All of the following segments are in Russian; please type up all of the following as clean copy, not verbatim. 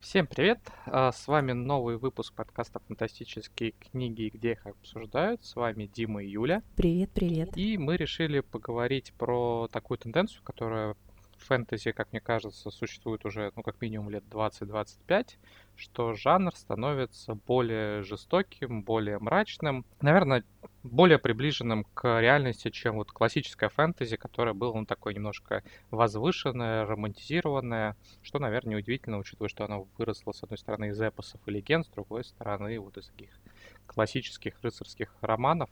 Всем привет! С вами новый выпуск подкаста «Фантастические книги, где их обсуждают». С вами Дима и Юля. Привет, привет. И мы решили поговорить про такую тенденцию, которая в фэнтези, как мне кажется, существует уже, как минимум лет 20-25, что жанр становится более жестоким, более мрачным, наверное, более приближенным к реальности, чем вот классическое фэнтези, которое было, такое немножко возвышенное, романтизированное, что, наверное, неудивительно, учитывая, что оно выросло, с одной стороны, из эпосов и легенд, с другой стороны, вот из таких классических рыцарских романов.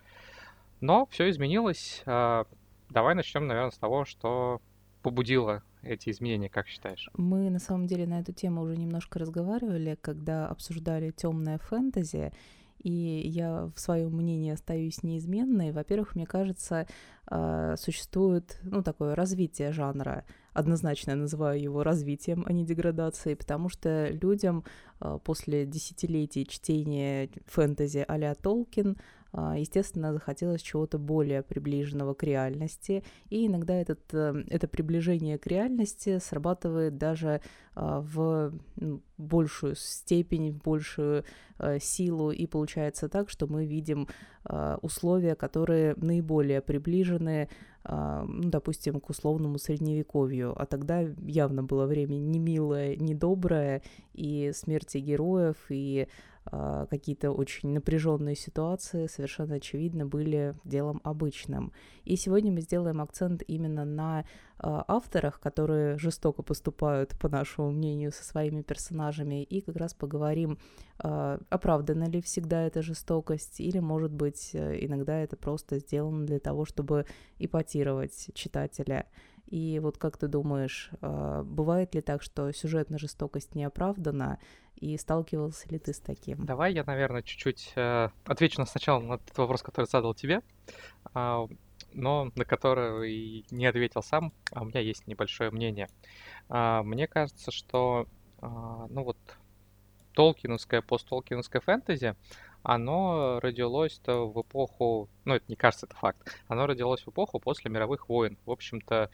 Но все изменилось. Давай начнем, наверное, с того, что побудило эти изменения, как считаешь? Мы на самом деле на эту тему уже немножко разговаривали, когда обсуждали темное фэнтези, и я в своем мнении остаюсь неизменной. Во-первых, мне кажется, существует такое развитие жанра. Однозначно я называю его развитием, а не деградацией, потому что людям после десятилетий чтения фэнтези а-ля Толкин естественно, захотелось чего-то более приближенного к реальности, и иногда это приближение к реальности срабатывает даже в большую степень, в большую силу, и получается так, что мы видим условия, которые наиболее приближены, допустим, к условному средневековью, а тогда явно было время не милое, не доброе, и смерти героев, и какие-то очень напряженные ситуации совершенно очевидно были делом обычным. И сегодня мы сделаем акцент именно на авторах, которые жестоко поступают, по нашему мнению, со своими персонажами, и как раз поговорим, оправдана ли всегда эта жестокость, или, может быть, иногда это просто сделано для того, чтобы эпатировать читателя. И вот как ты думаешь, бывает ли так, что сюжетная жестокость не оправдана, и сталкивался ли ты с таким? Давай я, наверное, чуть-чуть отвечу сначала на тот вопрос, который задал тебе, а, но на который не ответил сам, а у меня есть небольшое мнение. Мне кажется, что толкиновское, посттолкиновское фэнтези, оно родилось-то в эпоху, это не кажется, это факт, оно родилось в эпоху после мировых войн. В общем-то,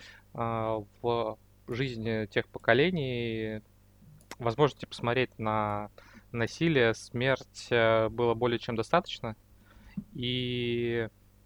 в жизни тех поколений возможности посмотреть на насилие, смерть было более чем достаточно. И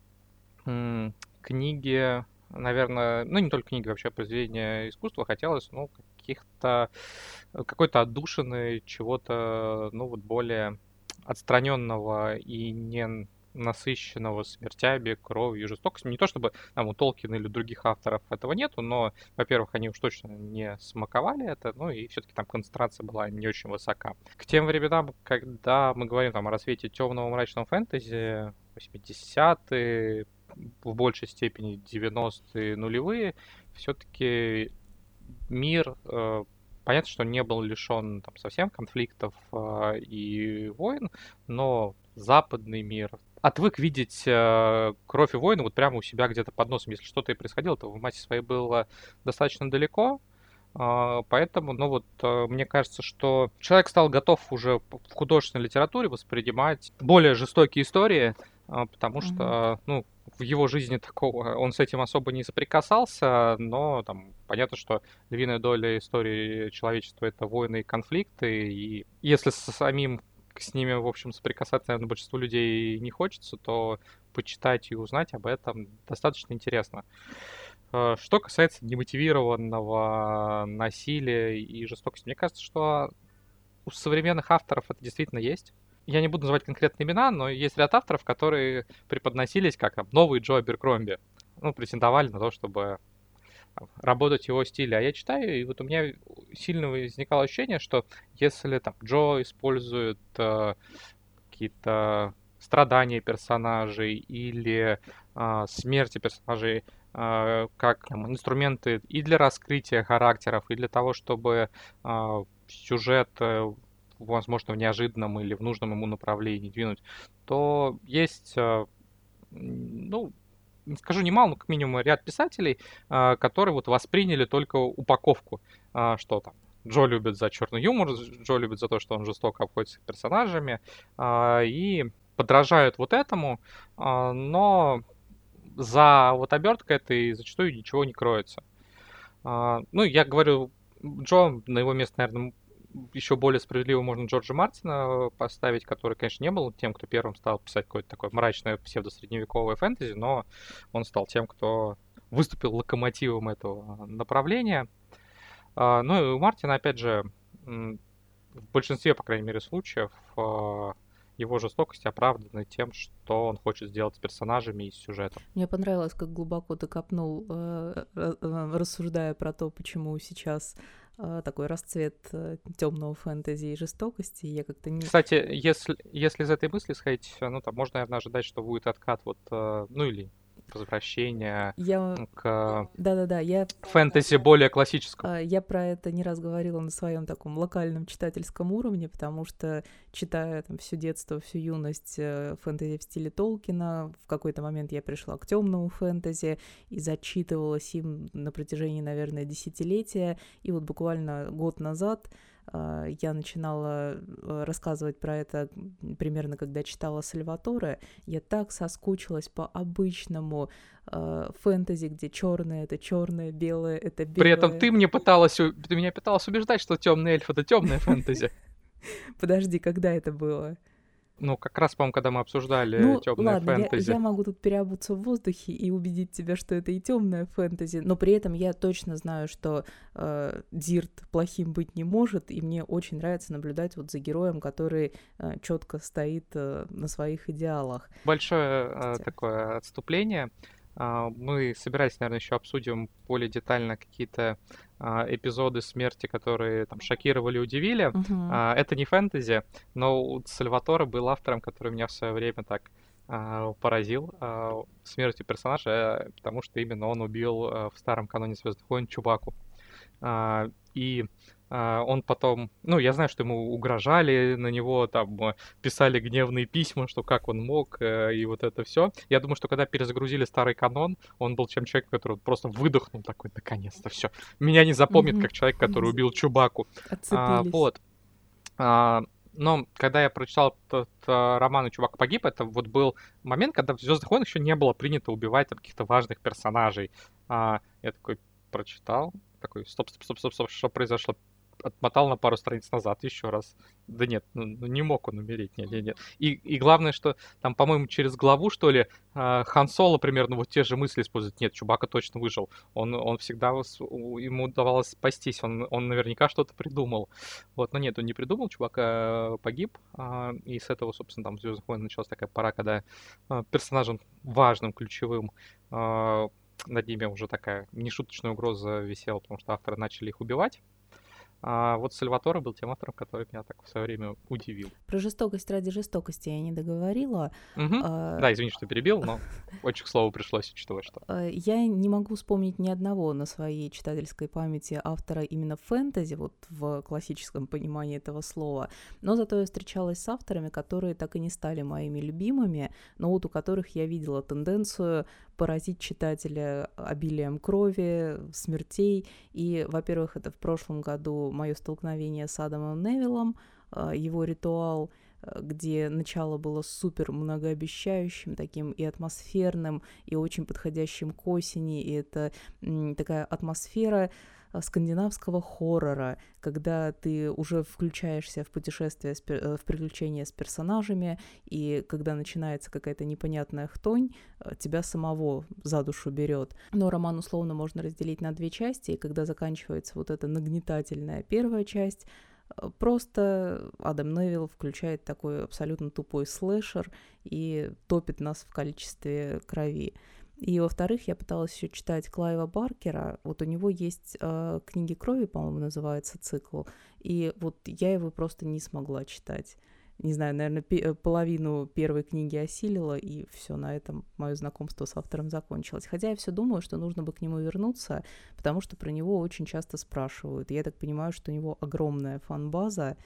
книги, наверное, не только книги, вообще произведения искусства хотелось, какой-то отдушины, чего-то, более отстраненного и не насыщенного смертями, кровью, жестокостью. Не то чтобы там у Толкина или других авторов этого нету, но, во-первых, они уж точно не смаковали это, и все-таки там концентрация была не очень высока. К тем временам, когда мы говорим там о рассвете темного мрачного фэнтези, 80-е, в большей степени 90-е, нулевые, все-таки мир, понятно, что не был лишен там совсем конфликтов и войн, но западный мир отвык видеть кровь и войны вот прямо у себя где-то под носом. Если что-то и происходило, то в массе своей было достаточно далеко. Поэтому, мне кажется, что человек стал готов уже в художественной литературе воспринимать более жестокие истории, потому Мгм. что, в его жизни такого он с этим особо не соприкасался, но там понятно, что львиная доля истории человечества — это войны и конфликты, и если самим с ними, в общем, соприкасаться, наверное, большинству людей не хочется, то почитать и узнать об этом достаточно интересно. Что касается немотивированного насилия и жестокости, мне кажется, что у современных авторов это действительно есть. Я не буду называть конкретные имена, но есть ряд авторов, которые преподносились как там новый Джо Аберкромби. Претендовали на то, чтобы там работать в его стиле. А я читаю, и вот у меня сильно возникало ощущение, что если там Джо использует какие-то страдания персонажей или смерти персонажей как там, инструменты и для раскрытия характеров, и для того, чтобы сюжет, возможно, в неожиданном или в нужном ему направлении двинуть, то есть, не скажу немало, но как минимум ряд писателей, которые вот восприняли только упаковку, что там Джо любит за черный юмор, Джо любит за то, что он жестоко обходится с персонажами, и подражают вот этому, но за вот оберткой этой зачастую ничего не кроется. Я говорю Джо, на его место, наверное, еще более справедливо можно Джорджа Мартина поставить, который, конечно, не был тем, кто первым стал писать какое-то такое мрачное псевдосредневековое фэнтези, но он стал тем, кто выступил локомотивом этого направления. Ну и у Мартина, опять же, в большинстве, по крайней мере, случаев его жестокость оправдана тем, что он хочет сделать с персонажами и с сюжетом. Мне понравилось, как глубоко ты копнул, рассуждая про то, почему сейчас такой расцвет темного фэнтези и жестокости. Я как-то не... Кстати, если из этой мысли сходить, ну там можно, наверное, ожидать, что будет откат вот, ну или возвращение к я фэнтези более классическому. Я про это не раз говорила на своем таком локальном читательском уровне, потому что, читая там все детство, всю юность фэнтези в стиле Толкина, в какой-то момент я пришла к темному фэнтези и зачитывалась им на протяжении, наверное, десятилетия. И вот буквально год назад я начинала рассказывать про это примерно, когда читала Сальваторе. Я так соскучилась по обычному фэнтези, где черное это черное, белое это белое. При этом ты меня пыталась убеждать, что темный эльф это темное фэнтези. Подожди, когда это было? Ну, как раз, по-моему, когда мы обсуждали темное фэнтези. Я могу тут переобуться в воздухе и убедить тебя, что это и темное фэнтези, но при этом я точно знаю, что Дзирт плохим быть не может, и мне очень нравится наблюдать вот за героем, который четко стоит на своих идеалах. Большое такое отступление. Мы собирались, наверное, еще обсудим более детально какие-то эпизоды смерти, которые там шокировали, удивили. Это не фэнтези, но Сальваторе был автором, который меня в свое время так поразил смертью персонажа, потому что именно он убил в старом каноне «Звездных войн» Чубаку. И он потом... Ну, я знаю, что ему угрожали, на него там писали гневные письма, что как он мог, и вот это все. Я думаю, что когда перезагрузили старый канон, он был чем человеком, который просто выдохнул такой, наконец-то, все. Меня не запомнит как человек, который убил Чубаку. Вот. Но когда я прочитал этот роман «И Чувак погиб», это вот был момент, когда в «Звездных войнах» еще не было принято убивать там каких-то важных персонажей. Я такой прочитал, такой, стоп, что произошло? Отмотал на пару страниц назад еще раз. Да нет, ну не мог он умереть, нет. И главное, что там, по-моему, через главу, что ли, Хан Соло примерно вот те же мысли использует. Нет, Чубака точно выжил. Он всегда, ему удавалось спастись, он наверняка что-то придумал. Вот, но нет, он не придумал, Чубака погиб, и с этого, собственно, там в «Звездных войнах» началась такая пора, когда персонажем важным, ключевым, над ними уже такая нешуточная угроза висела, потому что авторы начали их убивать. Вот Сальваторе был тем автором, который меня так в свое время удивил. Про жестокость ради жестокости я не договорила. Да, извини, что перебил, но очень к слову пришлось, учитывая, что... Я не могу вспомнить ни одного на своей читательской памяти автора именно фэнтези, вот в классическом понимании этого слова, но зато я встречалась с авторами, которые так и не стали моими любимыми, но вот у которых я видела тенденцию поразить читателя обилием крови, смертей. И, во-первых, это в прошлом году мое столкновение с Адамом Невиллом, его «Ритуал», где начало было супер многообещающим, таким и атмосферным, и очень подходящим к осени. И это такая атмосфера скандинавского хоррора, когда ты уже включаешься в путешествие, в приключения с персонажами, и когда начинается какая-то непонятная хтонь, тебя самого за душу берет. Но роман условно можно разделить на две части, и когда заканчивается вот эта нагнетательная первая часть, просто Адам Невилл включает такой абсолютно тупой слэшер и топит нас в количестве крови. И, во-вторых, я пыталась еще читать Клайва Баркера. Вот у него есть «Книги крови», по-моему, называется цикл. И вот я его просто не смогла читать. Не знаю, наверное, половину первой книги осилила, и все, на этом мое знакомство с автором закончилось. Хотя я все думаю, что нужно бы к нему вернуться, потому что про него очень часто спрашивают. Я так понимаю, что у него огромная фан-база,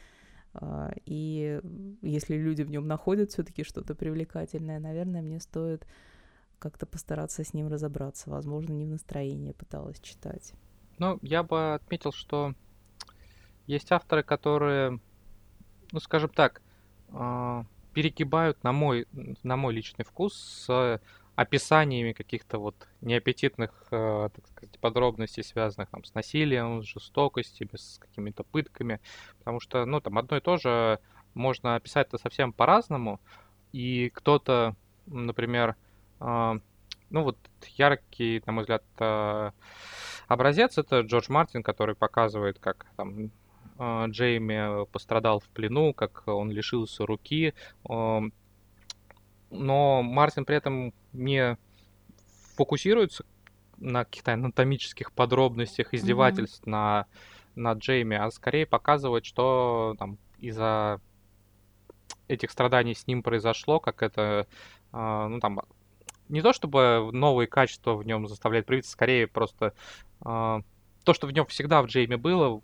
и если люди в нем находят все-таки что-то привлекательное, наверное, мне стоит как-то постараться с ним разобраться. Возможно, не в настроении пыталась читать. Ну, я бы отметил, что есть авторы, которые, ну, скажем так, перегибают, на мой личный вкус, с описаниями каких-то вот неаппетитных, так сказать, подробностей, связанных там с насилием, с жестокостями, с какими-то пытками. Потому что, ну, там одно и то же можно описать-то совсем по-разному. И кто-то, например, а, ну вот яркий, на мой взгляд, образец — это Джордж Мартин, который показывает, как там Джейми пострадал в плену, как он лишился руки. Но Мартин при этом не фокусируется на каких-то анатомических подробностях Мгм. издевательств на Джейми, а скорее показывает, что там из-за этих страданий с ним произошло, как это, ну там, не то чтобы новые качества в нем заставляет проявиться, скорее просто а, то, что в нем всегда в Джейми было,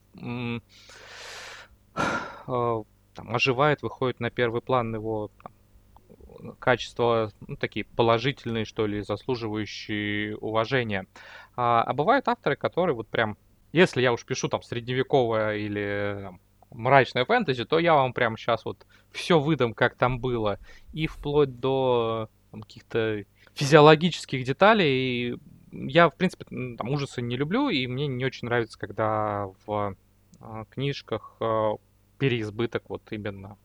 там, оживает, выходит на первый план его качества, ну, такие положительные, что ли, заслуживающие уважения. А бывают авторы, которые вот прям, если я уж пишу там средневековое или там, мрачное фэнтези, то я вам прям сейчас вот все выдам, как там было. И вплоть до там, каких-то физиологических деталей. И я, в принципе, там, ужасы не люблю, и мне не очень нравится, когда в книжках переизбыток вот именно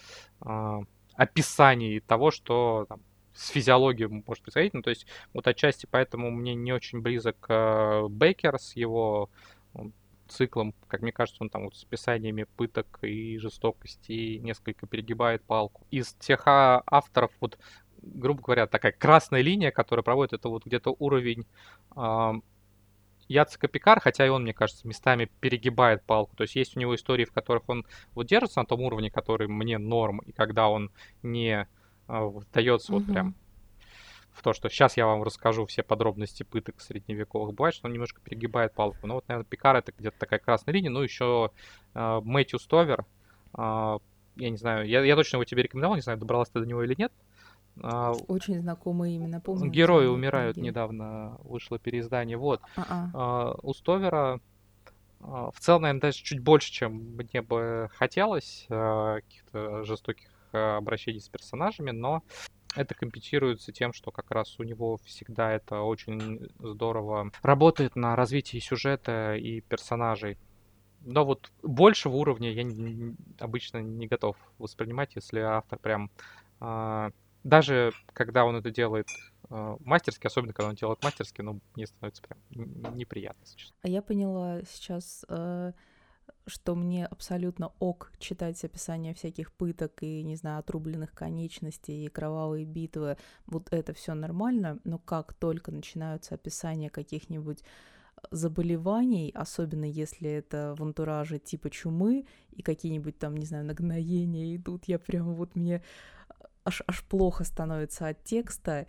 а, описаний того, что там, с физиологией может происходить. Ну, то есть вот отчасти поэтому мне не очень близок Бейкер с его циклом. Как мне кажется, он там вот с описаниями пыток и жестокости несколько перегибает палку. Из тех авторов, вот, грубо говоря, такая красная линия, которая проводит, это вот где-то уровень а, Яцека Пикар, хотя и он, мне кажется, местами перегибает палку. То есть есть у него истории, в которых он вот держится на том уровне, который мне норм, и когда он не вдается вот прям Мгм. в то, что сейчас я вам расскажу все подробности пыток средневековых, бывает, что он немножко перегибает палку. Но вот, наверное, Пикар — это где-то такая красная линия. Ну, еще Мэтью Стовер, я не знаю, я точно его тебе рекомендовал, не знаю, добралась ты до него или нет. А, Очень знакомое имя. Напомни Герои название умирают, книги. недавно вышло переиздание. Вот. А-а. У Стовера в целом, наверное, даже чуть больше, чем мне бы хотелось, каких-то жестоких обращений с персонажами, но это компенсируется тем, что как раз у него всегда это очень здорово работает на развитии сюжета и персонажей. Но вот большего уровня я обычно не готов воспринимать, если автор прям... а, даже когда он это делает мастерски, особенно когда он делает мастерски, ну, мне становится прям неприятно, если честно. А я поняла сейчас, что мне абсолютно ок читать описания всяких пыток и, не знаю, отрубленных конечностей и кровавые битвы. Вот это все нормально, но как только начинаются описания каких-нибудь заболеваний, особенно если это в антураже типа чумы и какие-нибудь там, не знаю, нагноения идут, я прям вот мне аж плохо становится от текста.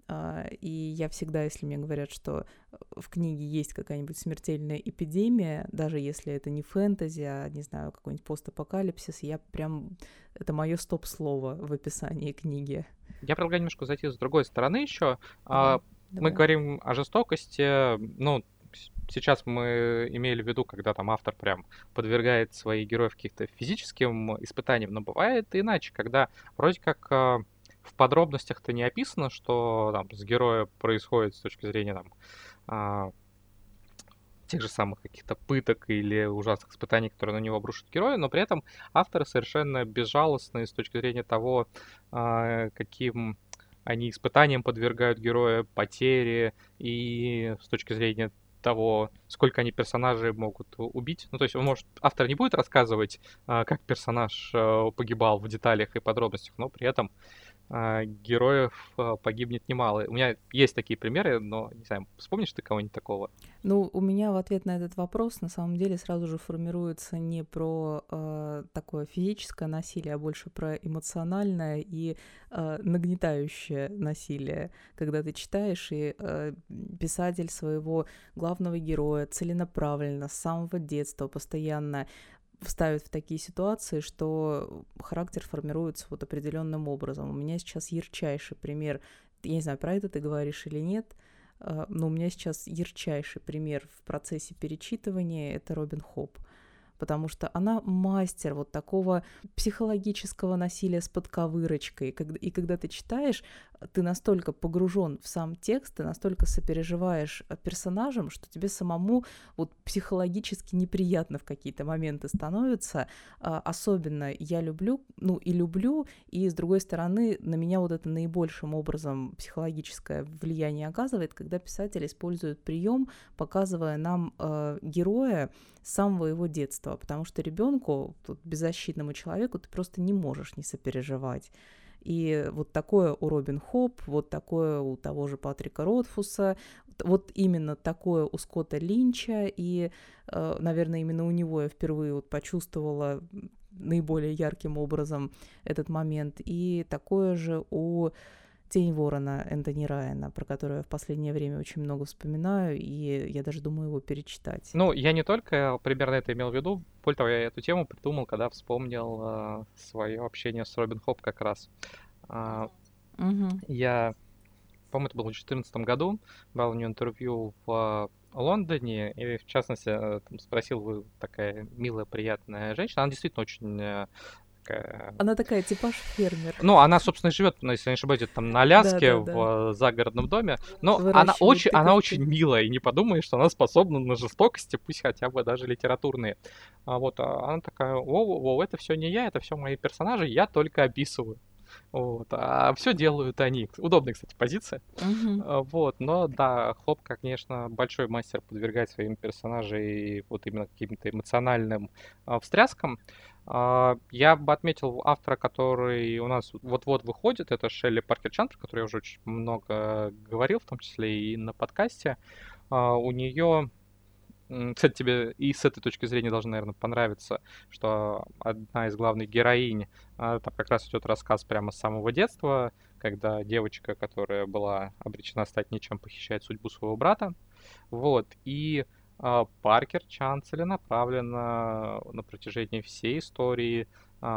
И я всегда, если мне говорят, что в книге есть какая-нибудь смертельная эпидемия, даже если это не фэнтези, а, не знаю, какой-нибудь постапокалипсис, я прям... Это мое стоп-слово в описании книги. Я предлагаю немножко зайти с другой стороны еще. Давай, Мы давай. говорим о жестокости, ну, сейчас мы имели в виду, когда там автор прям подвергает своих героев каких-то физическим испытаниям, но бывает и иначе, когда вроде как в подробностях-то не описано, что там с героя происходит с точки зрения там а, тех же самых каких-то пыток или ужасных испытаний, которые на него обрушат героя, но при этом авторы совершенно безжалостные с точки зрения того, каким они испытаниям подвергают героя, потери, и с точки зрения того, сколько они персонажей могут убить. Ну, то есть, он может, автор не будет рассказывать, как персонаж погибал в деталях и подробностях, но при этом героев погибнет немало. У меня есть такие примеры, но, не знаю, вспомнишь ты кого-нибудь такого? Ну, у меня в ответ на этот вопрос на самом деле сразу же формируется не про такое физическое насилие, а больше про эмоциональное и нагнетающее насилие, когда ты читаешь и писатель своего главного героя целенаправленно с самого детства постоянно вставит в такие ситуации, что характер формируется вот определенным образом. У меня сейчас ярчайший пример, я не знаю, про это ты говоришь или нет, но у меня сейчас ярчайший пример в процессе перечитывания — это Робин Хоп. потому что она мастер вот такого психологического насилия с подковырочкой. И когда ты читаешь, ты настолько погружен в сам текст, ты настолько сопереживаешь персонажам, что тебе самому вот психологически неприятно в какие-то моменты становится. Особенно я люблю, и с другой стороны, на меня вот это наибольшим образом психологическое влияние оказывает, когда писатель использует прием, показывая нам героя с самого его детства, потому что ребенку, тут беззащитному человеку, ты просто не можешь не сопереживать. И вот такое у Робин Хоп, вот такое у того же Патрика Ротфуса, вот именно такое у Скотта Линча, и, наверное, именно у него я впервые вот почувствовала наиболее ярким образом этот момент. И такое же у «Тень ворона» Энтони Райана, про которую я в последнее время очень много вспоминаю, и я даже думаю его перечитать. Ну, я не только примерно это имел в виду, более того, я эту тему придумал, когда вспомнил свое общение с Робин Хоп как раз. Я, по-моему, это было в 2014 году, брал у нее интервью в Лондоне, и в частности там спросил, вы такая милая, приятная женщина. Она действительно очень такая... Она такая типаж фермер. Ну, она, собственно, живет, если не ошибаюсь, там на Аляске, в загородном доме. Но она очень милая, и не подумай, что она способна на жестокости, пусть хотя бы даже литературные. Вот, она такая, это все не я, это все мои персонажи, я только описываю. Вот, а все делают они. Удобная, кстати, позиция. Вот, но да, Хоп, конечно, большой мастер подвергать своим персонажей вот именно каким-то эмоциональным встряскам. Я бы отметил автора, который у нас вот-вот выходит, это Шелли Паркер Чандр, о которой я уже очень много говорил, в том числе и на подкасте. У нее, кстати, тебе и с этой точки зрения должно, наверное, понравиться, что одна из главных героинь, там как раз идет рассказ прямо с самого детства, когда девочка, которая была обречена стать ничем, похищает судьбу своего брата. Вот, и Паркер Чан целенаправленно на протяжении всей истории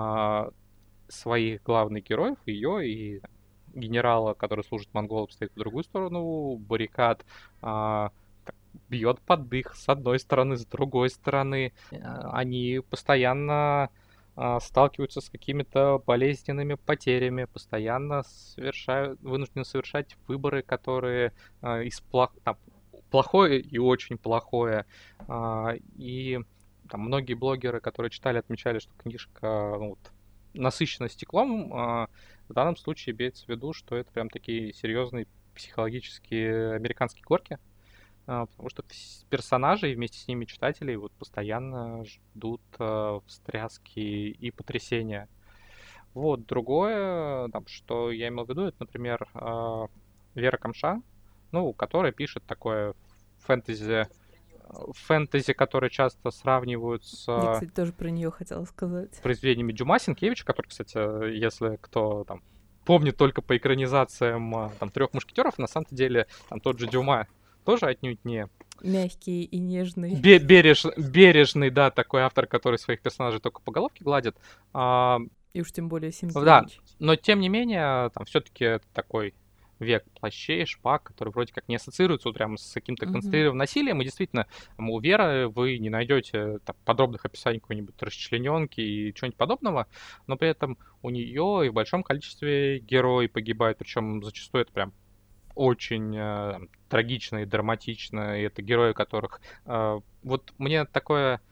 своих главных героев, ее и генерала, который служит монголам, стоит по другую сторону баррикад, бьет под дых с одной стороны, с другой стороны. Они постоянно сталкиваются с какими-то болезненными потерями, постоянно вынуждены совершать выборы, которые из плохое и очень плохое. И там многие блогеры, которые читали, отмечали, что книжка насыщена стеклом. В данном случае имеется в виду, что это прям такие серьезные психологические американские горки. Потому что персонажи и вместе с ними читатели вот постоянно ждут встряски и потрясения. Вот, другое, там, что я имел в виду, это, например, Вера Камша, которая пишет такое фэнтези, которое часто сравнивают с... Я, кстати, тоже про нее хотела сказать. Произведениями Дюма Сенкевича, который, кстати, если кто там помнит только по экранизациям там «Трех мушкетеров», на самом деле там тот же Дюма тоже отнюдь не... Мягкий и нежный. Бережный, да, такой автор, который своих персонажей только по головке гладит. И уж тем более Сенкевич. Да, но тем не менее, там все-таки такой век плащей, шпаг, который вроде как не ассоциируется вот прямо с каким-то концентрированным насилием. И действительно, у Веры вы не найдете подробных описаний какой-нибудь расчлененки и чего-нибудь подобного, но при этом у нее и в большом количестве герои погибают, причем зачастую это прям очень трагично и драматично, и это герои, которых... вот мне такое...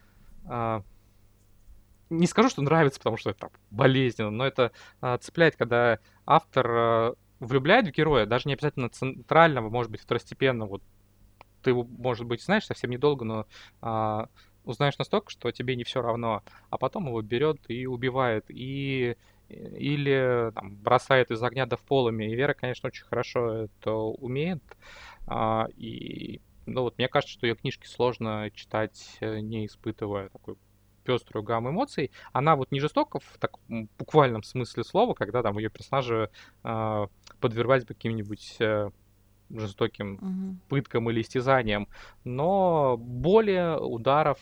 не скажу, что нравится, потому что это болезненно, но это цепляет, когда автор влюбляет в героя, даже не обязательно центрального, может быть, второстепенного. Вот ты его, может быть, знаешь совсем недолго, но узнаешь настолько, что тебе не все равно, а потом его берет и убивает, или там, бросает из огня до в полыми. И Вера, конечно, очень хорошо это умеет. И вот мне кажется, что ее книжки сложно читать, не испытывая такой пеструю гамму эмоций. Она вот не жестока в таком буквальном смысле слова, когда там ее персонажи подвергались бы каким-нибудь жестоким пыткам или истязаниям, но более ударов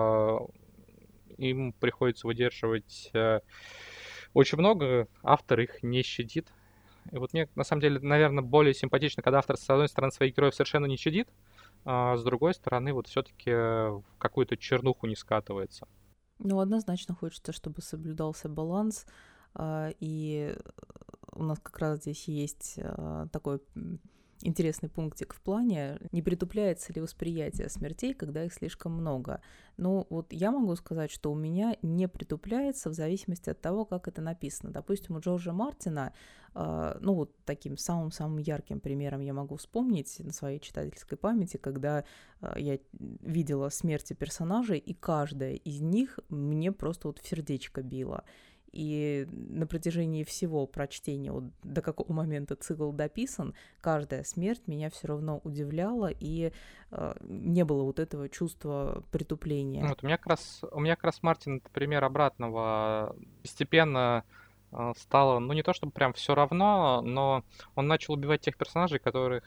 им приходится выдерживать очень много, автор их не щадит. И вот мне, на самом деле, наверное, более симпатично, когда автор, с одной стороны, своих героев совершенно не щадит, а с другой стороны, вот все-таки в какую-то чернуху не скатывается. Ну, однозначно хочется, чтобы соблюдался баланс, и у нас как раз здесь есть такой интересный пунктик в плане, не притупляется ли восприятие смертей, когда их слишком много. Ну, вот я могу сказать, что у меня не притупляется в зависимости от того, как это написано. Допустим, у Джорджа Мартина, ну, вот таким самым-самым ярким примером я могу вспомнить на своей читательской памяти, когда я видела смерти персонажей, и каждая из них мне просто вот в сердечко била. И на протяжении всего прочтения, вот до какого момента цикл дописан, каждая смерть меня все равно удивляла, и не было вот этого чувства притупления. Вот у меня как раз Мартин это пример обратного. Постепенно стало, ну не то чтобы прям все равно, но он начал убивать тех персонажей, которых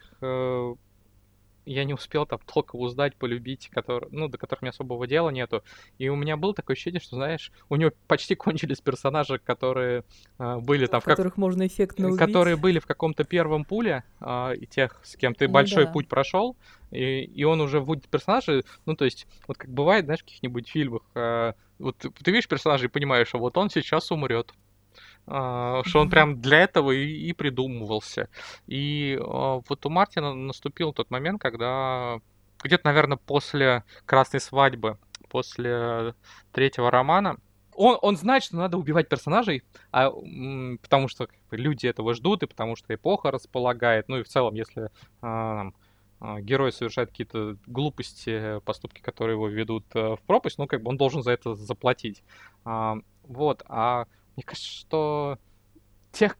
я не успел там толком узнать, полюбить, ну, до которых мне особого дела нету. И у меня было такое ощущение, что, знаешь, у него почти кончились персонажи, которые были там Которых можно эффектно убить. которые были в каком-то первом пуле, и тех, с кем ты Ну большой да. путь прошел, и он уже вводит персонажей, ну, то есть, вот как бывает, знаешь, в каких-нибудь фильмах, вот ты видишь персонажа и понимаешь, что вот он сейчас умрет, что он прям для этого и придумывался. И вот у Мартина наступил тот момент, когда где-то, наверное, после «Красной свадьбы», после третьего романа, он знает, что надо убивать персонажей, потому что как бы, люди этого ждут, и потому что эпоха располагает. Ну и в целом, если герой совершает какие-то глупости, поступки, которые его ведут в пропасть, ну как бы он должен за это заплатить. Вот, мне кажется, что тех,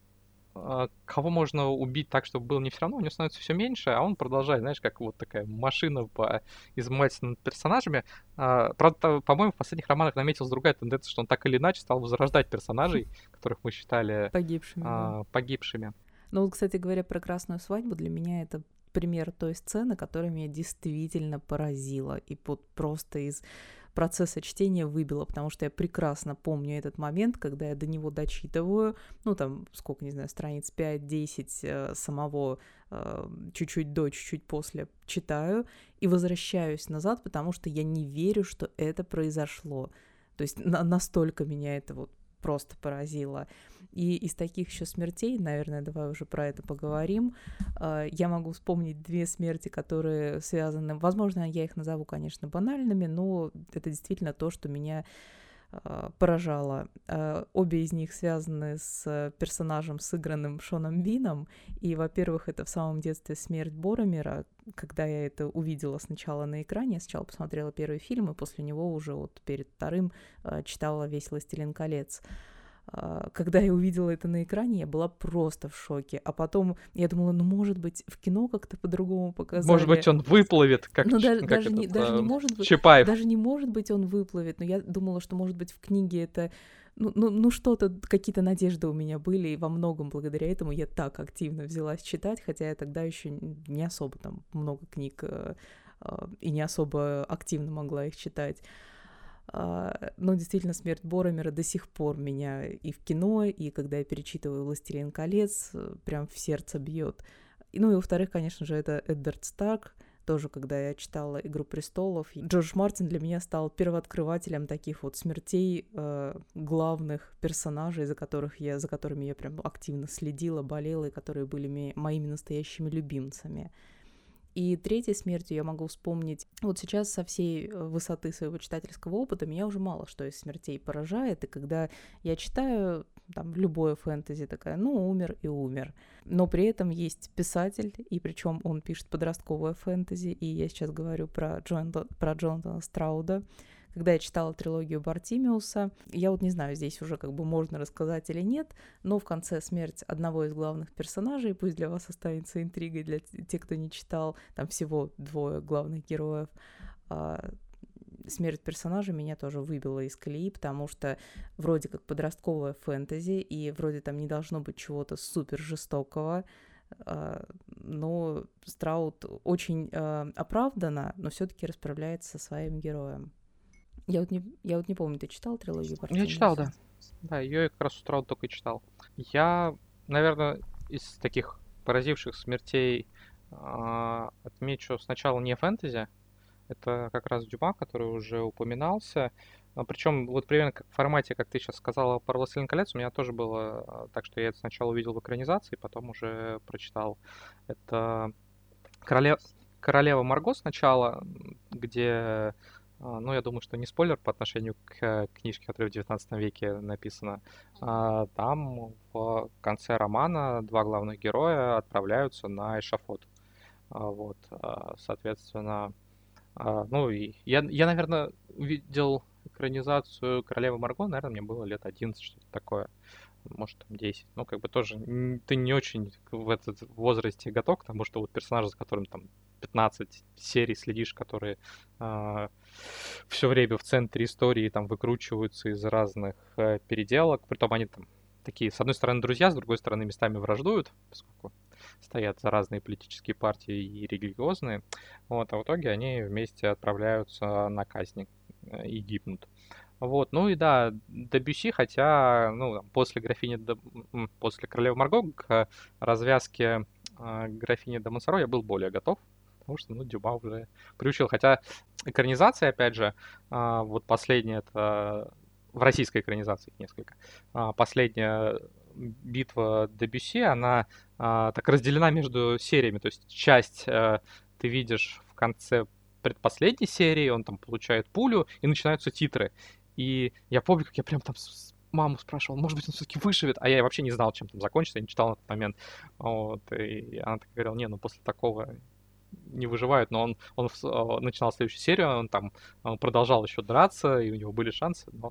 кого можно убить так, чтобы было не все равно, у него становится все меньше, а он продолжает, знаешь, как вот такая машина по измываться над персонажами. Правда, по-моему, в последних романах наметилась другая тенденция, что он так или иначе стал возрождать персонажей, которых мы считали Погибшими, да. погибшими. Ну вот, кстати говоря, про «Красную свадьбу» для меня это пример той сцены, которая меня действительно поразила. И вот просто из процесса чтения выбило, потому что я прекрасно помню этот момент, когда я до него дочитываю, ну там, сколько, не знаю, страниц 5-10 самого чуть-чуть до, чуть-чуть после читаю и возвращаюсь назад, потому что я не верю, что это произошло. То есть настолько меня это вот просто поразило. И из таких еще смертей, наверное, давай уже про это поговорим, я могу вспомнить две смерти, которые связаны, возможно, я их назову, конечно, банальными, но это действительно то, что меня поражало. Обе из них связаны с персонажем, сыгранным Шоном Бином. И, во-первых, это в самом детстве смерть Боромира. Когда я это увидела сначала на экране, я сначала посмотрела первый фильм, и после него уже вот перед вторым читала весь «Властелин колец». Когда я увидела это на экране, я была просто в шоке. А потом я думала, ну, может быть, в кино как-то по-другому показали. Может быть, он выплывет, как, Ну, как даже этот не может быть, Чапаев. даже не может быть, он выплывет. Но я думала, что, может быть, в книге это ну что-то, какие-то надежды у меня были, и во многом благодаря этому я так активно взялась читать, хотя я тогда еще не особо там много книг и не особо активно могла их читать. Но действительно, смерть Боромира до сих пор меня и в кино, и когда я перечитываю «Властелин колец», прям в сердце бьет. Ну и во-вторых, конечно же, это Эддард Старк. Тоже, когда я читала «Игру престолов», Джордж Мартин для меня стал первооткрывателем таких вот смертей главных персонажей, за которыми я прям активно следила, болела, и которые были моими настоящими любимцами. И третьей смертью я могу вспомнить, вот сейчас со всей высоты своего читательского опыта меня уже мало что из смертей поражает, и когда я читаю там любое фэнтези, такая, ну, умер и умер. Но при этом есть писатель, и причем он пишет подростковое фэнтези, и я сейчас говорю про Джонатана Страуда. Когда я читала трилогию Бартимиуса, я вот не знаю, здесь уже как бы можно рассказать или нет, но в конце смерть одного из главных персонажей, пусть для вас останется интригой, для тех, кто не читал, там всего двое главных героев, смерть персонажа меня тоже выбила из колеи, потому что вроде как подростковое фэнтези, и вроде там не должно быть чего-то супер жестокого, но Страуд очень оправданно, но все-таки расправляется со своим героем. Я вот не помню, ты читал трилогию Я читал, Бартимиуса? да. Да, ее я как раз с утра вот только и читал. Я, наверное, из таких поразивших смертей отмечу сначала не фэнтези. Это как раз Дюма, который уже упоминался. Причем вот примерно как в формате, как ты сейчас сказала про «Властелин колец», у меня тоже было так, что я это сначала увидел в экранизации, потом уже прочитал. Это Короле- «Королева Марго» сначала, где, ну, я думаю, что не спойлер по отношению к книжке, которая в 19 веке написана. Там в конце романа два главных героя отправляются на эшафот. Вот, соответственно, ну, и я, наверное, увидел экранизацию «Королевы Марго», наверное, мне было лет 11, что-то такое. Может, там 10. Ну, как бы тоже ты не очень в этот возрасте готов к тому, что вот персонажи, за которым там 15 серий следишь, которые все время в центре истории там выкручиваются из разных переделок. Притом они там такие, с одной стороны, друзья, с другой стороны, местами враждуют, поскольку стоят за разные политические партии и религиозные. Вот, а в итоге они вместе отправляются на казнь и гибнут. Вот, ну и да, Дебюсси, хотя, ну, там, после «Королевы Марго» к развязке графини де Монсоро я был более готов, потому что, ну, Дюма уже приучил. Хотя экранизация, опять же, вот последняя, это в российской экранизации их несколько, последняя битва Дебюсси, она так разделена между сериями, то есть часть ты видишь в конце предпоследней серии, он там получает пулю, и начинаются титры. И я помню, как я прям там маму спрашивал, может быть, он все-таки выживет, а я вообще не знал, чем там закончится, я не читал на тот момент. Вот, и она так говорила, не, ну после такого не выживают, но он начинал следующую серию, он там продолжал еще драться, и у него были шансы, но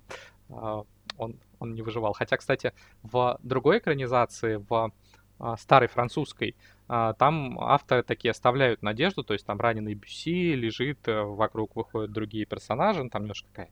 он не выживал. Хотя, кстати, в другой экранизации, в старой французской, там авторы такие оставляют надежду, то есть там раненый Бюсси лежит, вокруг выходят другие персонажи, ну, там немножко такая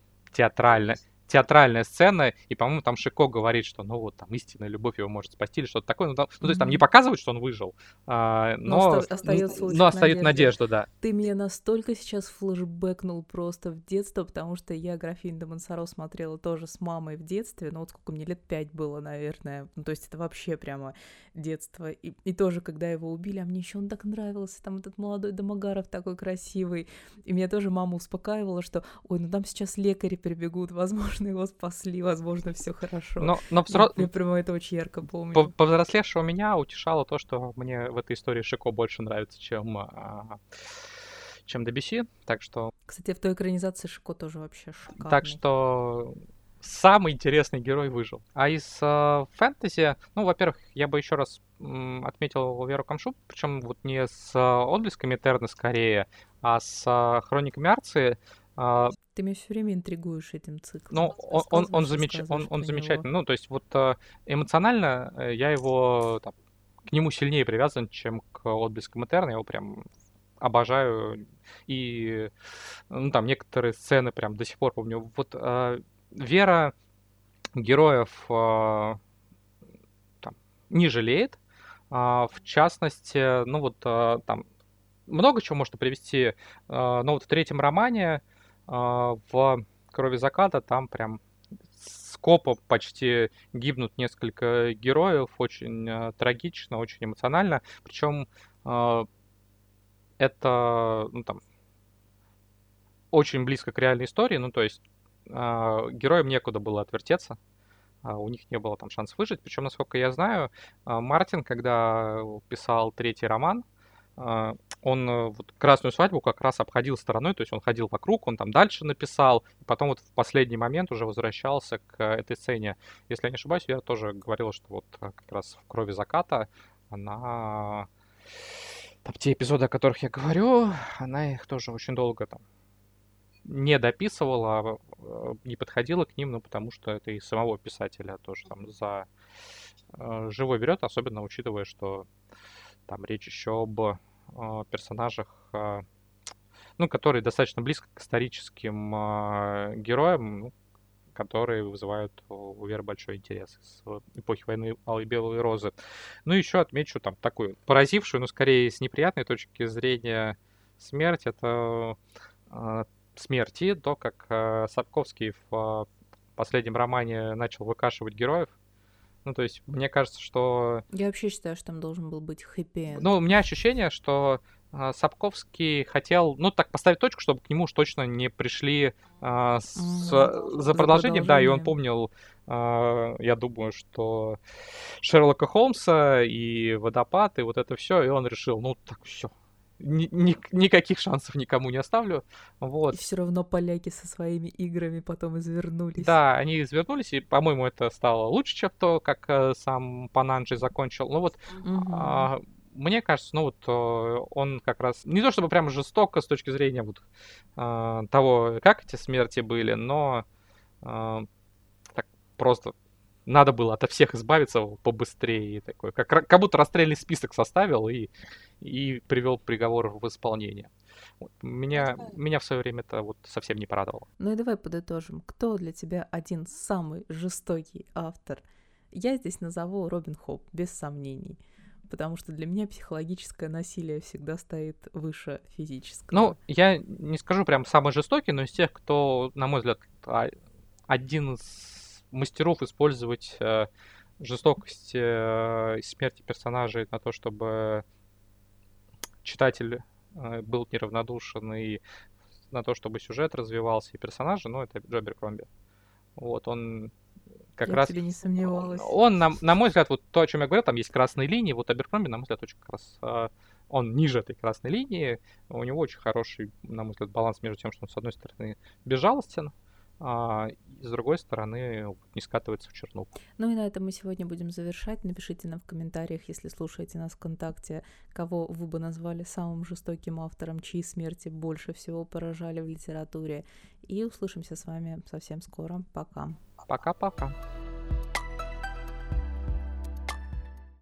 театральная сцена, и, по-моему, там Шико говорит, что, ну, вот, там, истинная любовь его может спасти или что-то такое. Ну, то есть там не показывают, что он выжил, Но остается но лучик остают надежды. надежду, да. Ты меня настолько сейчас флешбэкнул просто в детство, потому что я «Графиню де Монсоро» смотрела тоже с мамой в детстве, ну вот сколько мне, лет 5 было, наверное. Ну, то есть это вообще прямо детство. И тоже, когда его убили, а мне еще он так нравился, там этот молодой Домогаров такой красивый. И меня тоже мама успокаивала, что, ой, ну там сейчас лекари прибегут, возможно, его спасли, возможно, все хорошо. Но Я прямо это очень ярко помню. повзрослевшего меня утешало то, что мне в этой истории Шико больше нравится, чем Дебюсси, так что... Кстати, в той экранизации Шико тоже вообще шикарный. Так что самый интересный герой выжил. А из фэнтези, ну, во-первых, я бы еще раз отметил Веру Камшу, причем вот не с отблесками Этерны скорее, а с хрониками Арции. Ты меня все время интригуешь этим циклом. Ну, он замечательный. Ну, то есть вот эмоционально я его там, к нему сильнее привязан, чем к отблескам Этерны. Я его прям обожаю. И ну, там некоторые сцены прям до сих пор помню. Вот Вера героев там, не жалеет. В частности, ну вот там много чего можно привести. Но вот в третьем романе в «Крови заката» там прям скопом почти гибнут несколько героев. Очень трагично, очень эмоционально. Причем это, ну, там, очень близко к реальной истории. Ну, то есть героям некуда было отвертеться. У них не было там шансов выжить. Причем, насколько я знаю, Мартин, когда писал третий роман, он вот «Красную свадьбу» как раз обходил стороной, то есть он ходил вокруг, он там дальше написал, и потом вот в последний момент уже возвращался к этой сцене. Если я не ошибаюсь, я тоже говорил, что вот как раз в «Крови заката» она... Там те эпизоды, о которых я говорю, она их тоже очень долго там не дописывала, не подходила к ним, ну, потому что это и самого писателя тоже там за живой берет, особенно учитывая, что там речь еще об персонажах, ну, которые достаточно близко к историческим героям, ну, которые вызывают у Веры большой интерес с эпохи войны Алой Белой Розы. Ну, еще отмечу там такую поразившую, но скорее с неприятной точки зрения смерть. Это смерти, то, как Сапковский в последнем романе начал выкашивать героев. Ну, то есть, мне кажется, что... Я вообще считаю, что там должен был быть хэппи-энд. Ну, у меня ощущение, что Сапковский хотел, ну, так поставить точку, чтобы к нему уж точно не пришли за За продолжением, да, и он продолжением. помнил, я думаю, что Шерлока Холмса и «Водопад», и вот это все, и он решил, ну, так, все, никаких шансов никому не оставлю, И вот. все равно поляки со своими играми потом извернулись. Да, они извернулись, и, по-моему, это стало лучше, чем то, как сам Пананджи закончил. Ну вот, Мгм. а, мне кажется, ну вот он как раз не то чтобы прямо жестоко с точки зрения вот того, как эти смерти были, но а, так просто надо было ото всех избавиться побыстрее, и такой, как будто расстрельный список составил и привел приговор в исполнение. Вот. Меня в свое время это вот совсем не порадовало. Ну и давай подытожим. Кто для тебя один самый жестокий автор? Я здесь назову Робин Хоп, без сомнений. Потому что для меня психологическое насилие всегда стоит выше Ну, физического. я не скажу прям самый жестокий, но из тех, кто, на мой взгляд, один из мастеров использовать жестокость и смерти персонажей на то, чтобы читатель был неравнодушен, и на то, чтобы сюжет развивался и персонажи, ну, это Джо Аберкромби. Вот, он как Я в раз... тебе не сомневалась. Он, на мой взгляд, вот то, о чем я говорил, там есть красные линии, вот Аберкромби, на мой взгляд, очень как раз... Он ниже этой красной линии, у него очень хороший, на мой взгляд, баланс между тем, что он, с одной стороны, безжалостен, и с другой стороны, вот, не скатывается в чернуху. Ну и на этом мы сегодня будем завершать. Напишите нам в комментариях, если слушаете нас ВКонтакте, кого вы бы назвали самым жестоким автором, чьи смерти больше всего поражали в литературе. И услышимся с вами совсем скоро. Пока. Пока-пока.